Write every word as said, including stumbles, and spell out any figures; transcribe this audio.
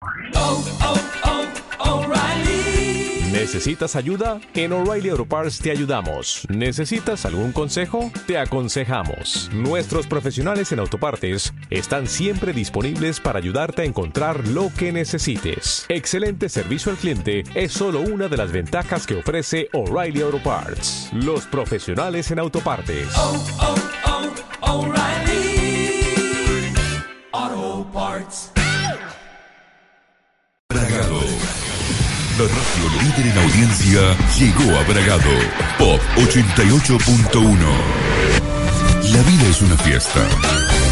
Oh, oh, oh, O'Reilly. ¿Necesitas ayuda? En O'Reilly Auto Parts te ayudamos. ¿Necesitas algún consejo? Te aconsejamos. Nuestros profesionales en autopartes están siempre disponibles para ayudarte a encontrar lo que necesites. Excelente servicio al cliente es solo una de las ventajas que ofrece O'Reilly Auto Parts. Los profesionales en autopartes. Oh, oh, oh, O'Reilly Auto Parts. Bragado. La radio líder en audiencia llegó a Bragado. Pop ochenta y ocho punto uno. La vida es una fiesta.